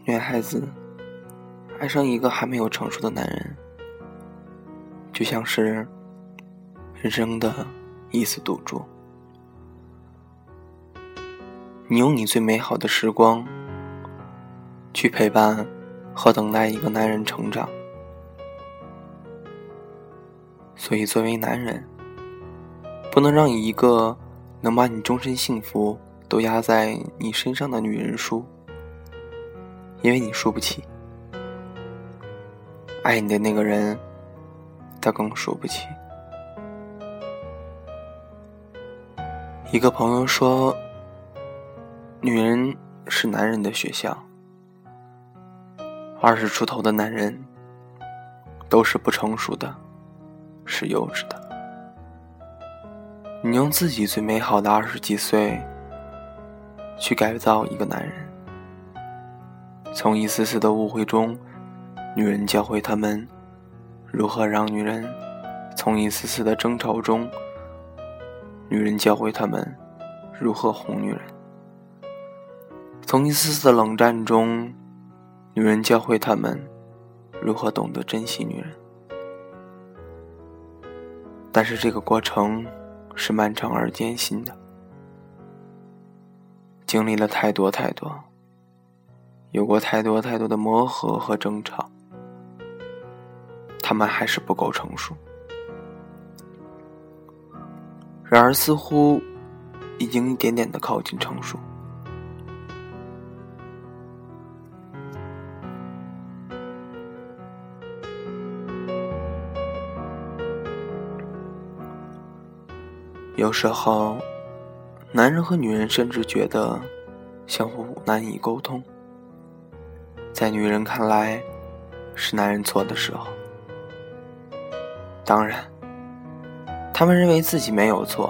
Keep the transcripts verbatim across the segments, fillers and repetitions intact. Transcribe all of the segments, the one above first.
女孩子爱上一个还没有成熟的男人，就像是人生的一次赌注。你用你最美好的时光去陪伴和等待一个男人成长，所以作为男人，不能让一个能把你终身幸福都压在你身上的女人输，因为你输不起。爱你的那个人，他更输不起。一个朋友说，女人是男人的学校，二十出头的男人都是不成熟的，是幼稚的。你用自己最美好的二十几岁去改造一个男人，从一丝丝的误会中，女人教会他们如何让女人；从一丝丝的争吵中，女人教会他们如何哄女人；从一丝丝的冷战中，女人教会他们如何懂得珍惜女人。但是这个过程是漫长而艰辛的，经历了太多太多，有过太多太多的磨合和争吵，他们还是不够成熟。然而似乎已经一点点的靠近成熟。有时候男人和女人甚至觉得相互难以沟通，在女人看来是男人错的时候，当然他们认为自己没有错，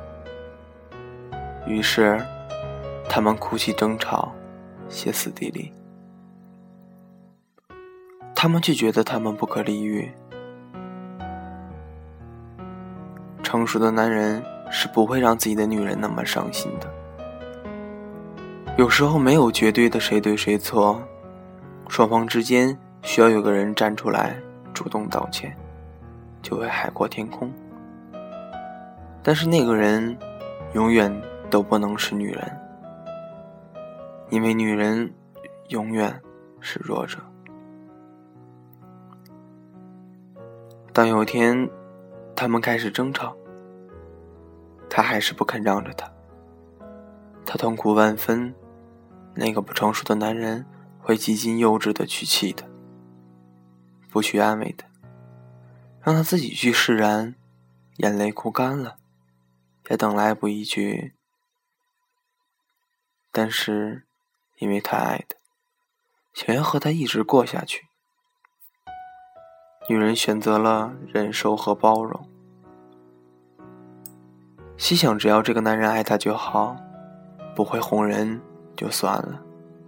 于是他们哭泣争吵，歇斯底里。他们却觉得他们不可理喻。成熟的男人是不会让自己的女人那么伤心的。有时候没有绝对的谁对谁错，双方之间需要有个人站出来主动道歉，就会海阔天空。但是那个人永远都不能是女人，因为女人永远是弱者。当有天他们开始争吵，他还是不肯让着他，他痛苦万分，那个不成熟的男人会极尽幼稚的去气他，不去安慰他，让他自己去释然，眼泪哭干了，也等来不一句，但是因为他爱的，想要和他一直过下去。女人选择了忍受和包容，心想只要这个男人爱她就好，不会哄人就算了。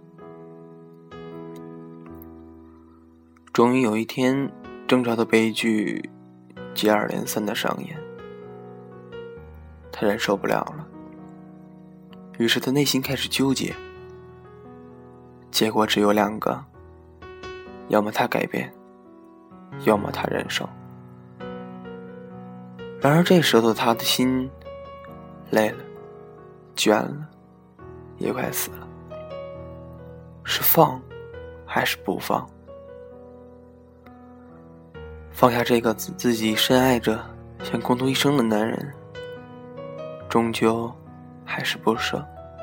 终于有一天，争吵的悲剧接二连三的上演，他忍受不了了，于是他内心开始纠结，结果只有两个，要么他改变，要么他忍受。然而这时候他的心累了，倦了，也快死了，是放还是不放？放下这个自己深爱着想共度一生的男人，终究还是不舍。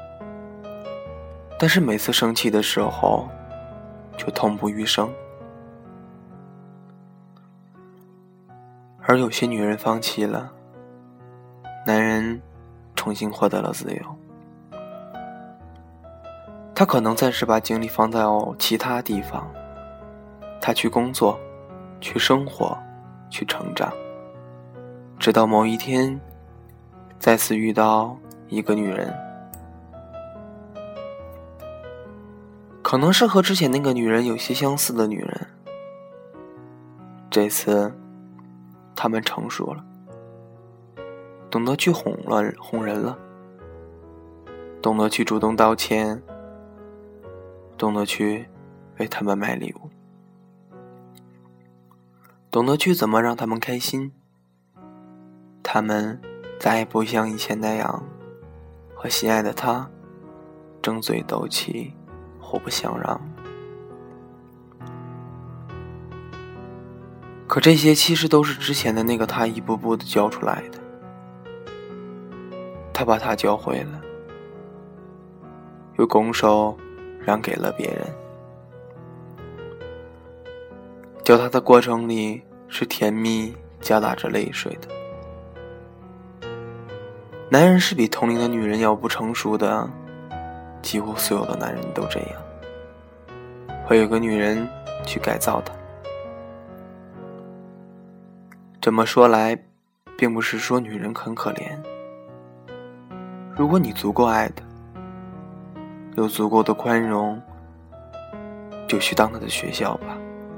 但是每次生气的时候就痛不欲生。而有些女人放弃了，男人重新获得了自由。他可能暂时把精力放在其他地方，他去工作，去生活，去成长，直到某一天再次遇到一个女人，可能是和之前那个女人有些相似的女人。这次他们成熟了，懂得去哄了哄人了，懂得去主动道歉，懂得去为他们买礼物，懂得去怎么让他们开心，他们再也不像以前那样和心爱的他争嘴斗气，互不相让。可这些其实都是之前的那个他一步步的教出来的，他把他教会了，又拱手让给了别人。教他的过程里是甜蜜夹杂着泪水的。男人是比同龄的女人要不成熟的，几乎所有的男人都这样，会有个女人去改造他。这么说来，并不是说女人很可怜。如果你足够爱她，有足够的宽容，就去当她的学校吧，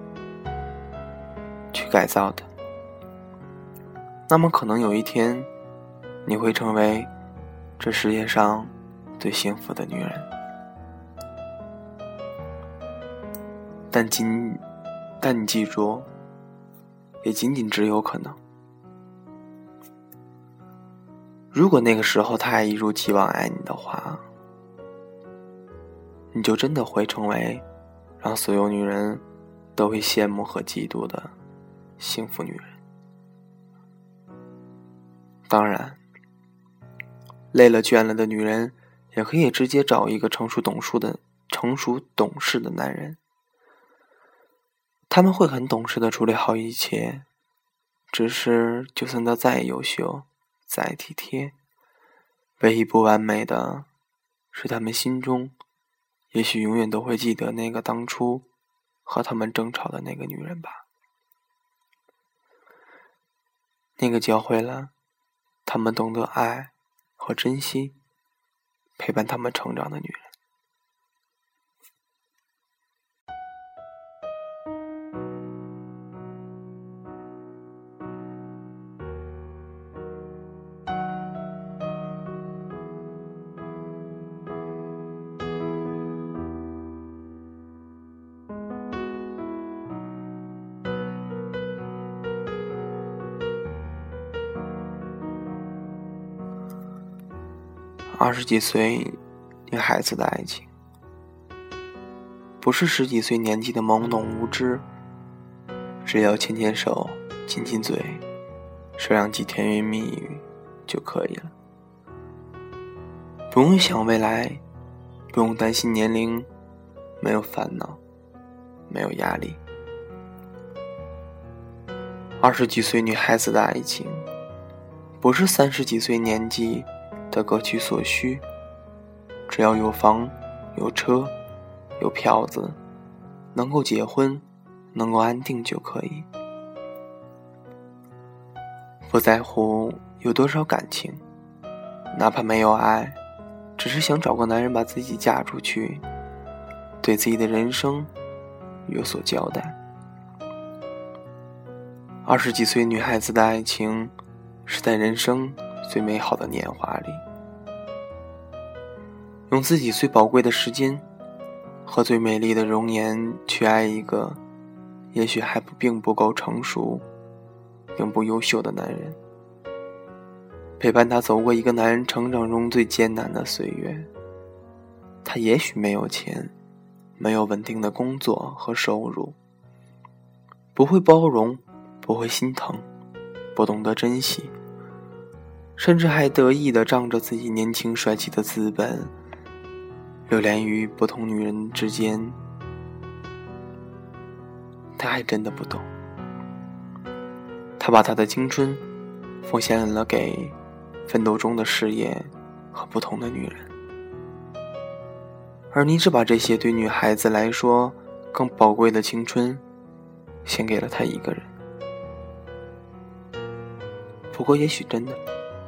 去改造她。那么可能有一天，你会成为这世界上最幸福的女人。但仅，但你记住，也仅仅只有可能。如果那个时候他还一如既往爱你的话，你就真的会成为让所有女人都会羡慕和嫉妒的幸福女人。当然，累了倦了的女人也可以直接找一个成熟懂事的成熟懂事的男人，他们会很懂事的处理好一切，只是就算他再优秀再体贴，唯一不完美的是他们心中也许永远都会记得那个当初和他们争吵的那个女人吧，那个教会了他们懂得爱和珍惜，陪伴他们成长的女人。二十几岁女孩子的爱情，不是十几岁年纪的懵懂无知，只要牵牵手亲亲嘴，说两句甜言蜜语就可以了，不用想未来，不用担心年龄，没有烦恼，没有压力。二十几岁女孩子的爱情，不是三十几岁年纪的各取所需，只要有房有车有票子，能够结婚能够安定就可以，不在乎有多少感情，哪怕没有爱，只是想找个男人把自己嫁出去，对自己的人生有所交代。二十几岁女孩子的爱情，是在人生最美好的年华里，用自己最宝贵的时间和最美丽的容颜去爱一个也许还不并不够成熟并不优秀的男人，陪伴他走过一个男人成长中最艰难的岁月。他也许没有钱，没有稳定的工作和收入，不会包容，不会心疼，不懂得珍惜，甚至还得意地仗着自己年轻帅气的资本，流连于不同女人之间。他还真的不懂，他把他的青春奉献了给奋斗中的事业和不同的女人，而你只把这些对女孩子来说更宝贵的青春献给了他一个人。不过也许真的，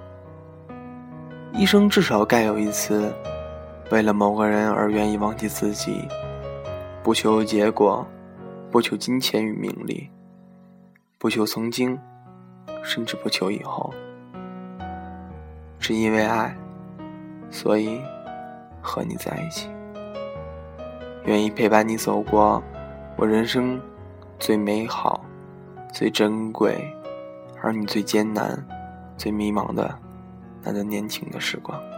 一生至少该有一次为了某个人而愿意忘记自己，不求结果，不求金钱与名利，不求曾经，甚至不求以后，只因为爱，所以和你在一起。 愿意陪伴你走过我人生最美好、最珍贵，而你最艰难、最迷茫的那段年轻的时光。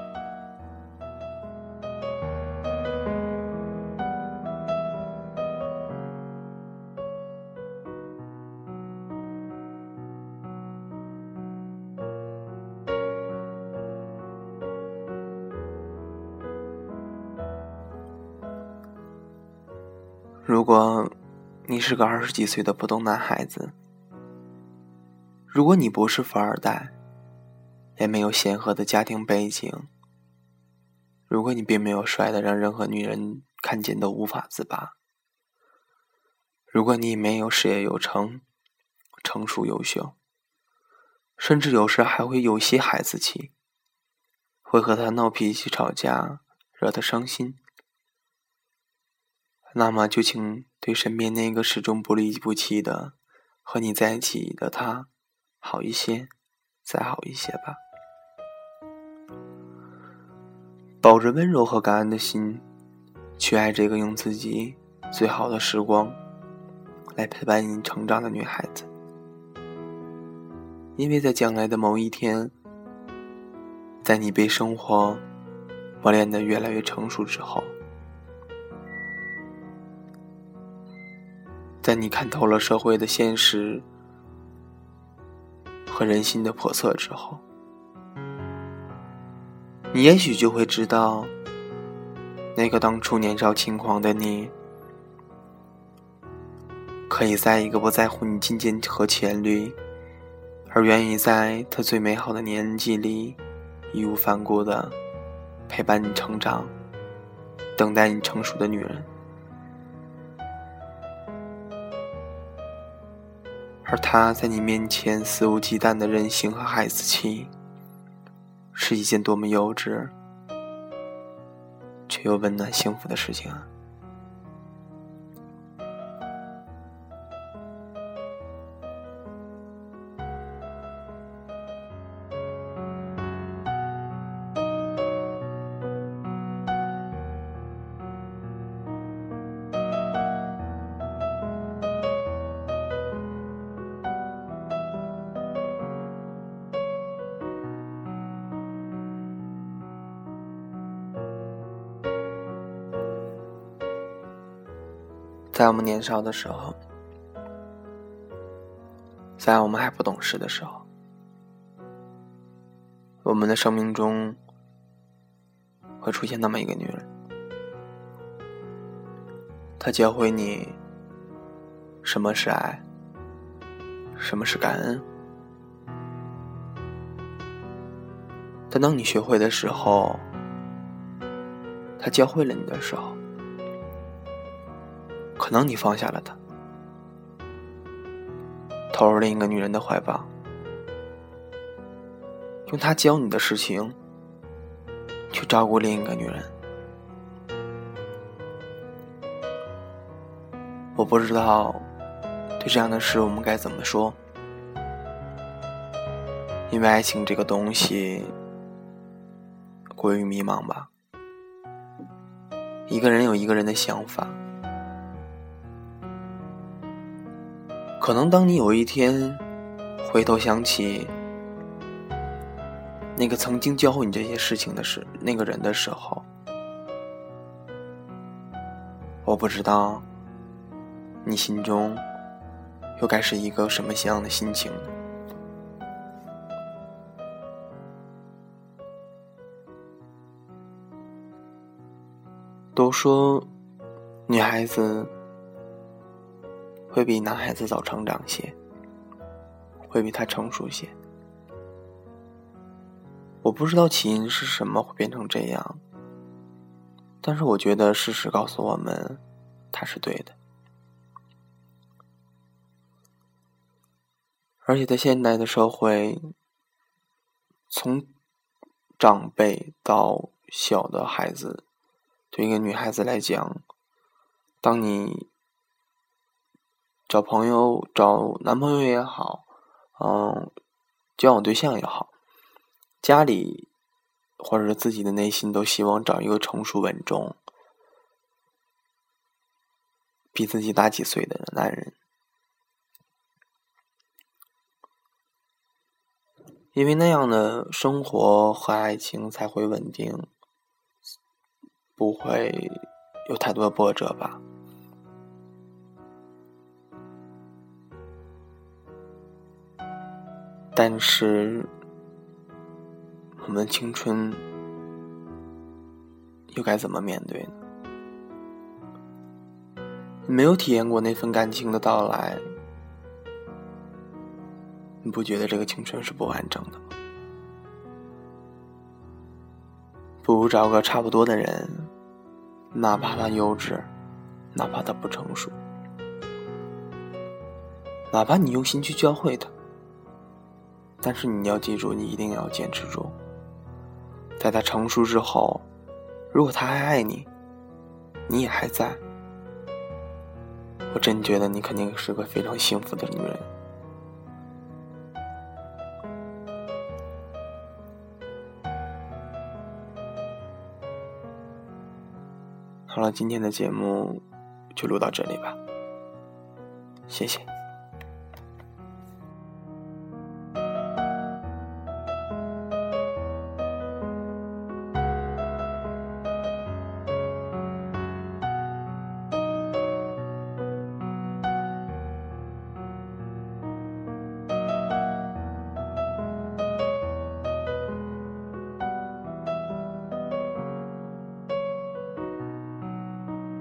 如果你是个二十几岁的普通男孩子，如果你不是富二代，也没有显赫的家庭背景，如果你并没有帅得让任何女人看见都无法自拔，如果你没有事业有成、成熟优秀，甚至有时还会有些孩子气，会和他闹脾气吵架，惹他伤心，那么就请对身边那个始终不离不弃的和你在一起的他好一些，再好一些吧。抱着温柔和感恩的心去爱这个用自己最好的时光来陪伴你成长的女孩子，因为在将来的某一天，在你被生活磨练得越来越成熟之后，在你看透了社会的现实和人心的叵测之后，你也许就会知道，那个当初年少轻狂的你，可以在一个不在乎你金钱和钱律，而愿意在他最美好的年纪里义无反顾地陪伴你成长，等待你成熟的女人。而他在你面前肆无忌惮的任性和孩子气，是一件多么幼稚却又温暖幸福的事情啊！在我们年少的时候，在我们还不懂事的时候，我们的生命中会出现那么一个女人，她教会你什么是爱，什么是感恩。但当你学会的时候，她教会了你的时候，可能你放下了她，投入另一个女人的怀抱，用她教你的事情去照顾另一个女人。我不知道对这样的事我们该怎么说，因为爱情这个东西过于迷茫吧。一个人有一个人的想法，可能当你有一天回头想起那个曾经教会你这些事情的是那个人的时候，我不知道你心中又该是一个什么样的心情呢？都说女孩子会比男孩子早成长些，会比他成熟些。我不知道起因是什么会变成这样，但是我觉得事实告诉我们他是对的。而且在现代的社会，从长辈到小的孩子，对一个女孩子来讲，当你找朋友找男朋友也好，嗯，交往对象也好，家里或者自己的内心都希望找一个成熟稳重比自己大几岁的男人，因为那样的生活和爱情才会稳定，不会有太多波折吧。但是我们青春又该怎么面对呢？没有体验过那份感情的到来，你不觉得这个青春是不完整的吗？不如找个差不多的人，哪怕他幼稚，哪怕他不成熟，哪怕你用心去教会他，但是你要记住，你一定要坚持住。在他成熟之后，如果他还爱你，你也还在，我真觉得你肯定是个非常幸福的女人。好了，今天的节目就录到这里吧，谢谢。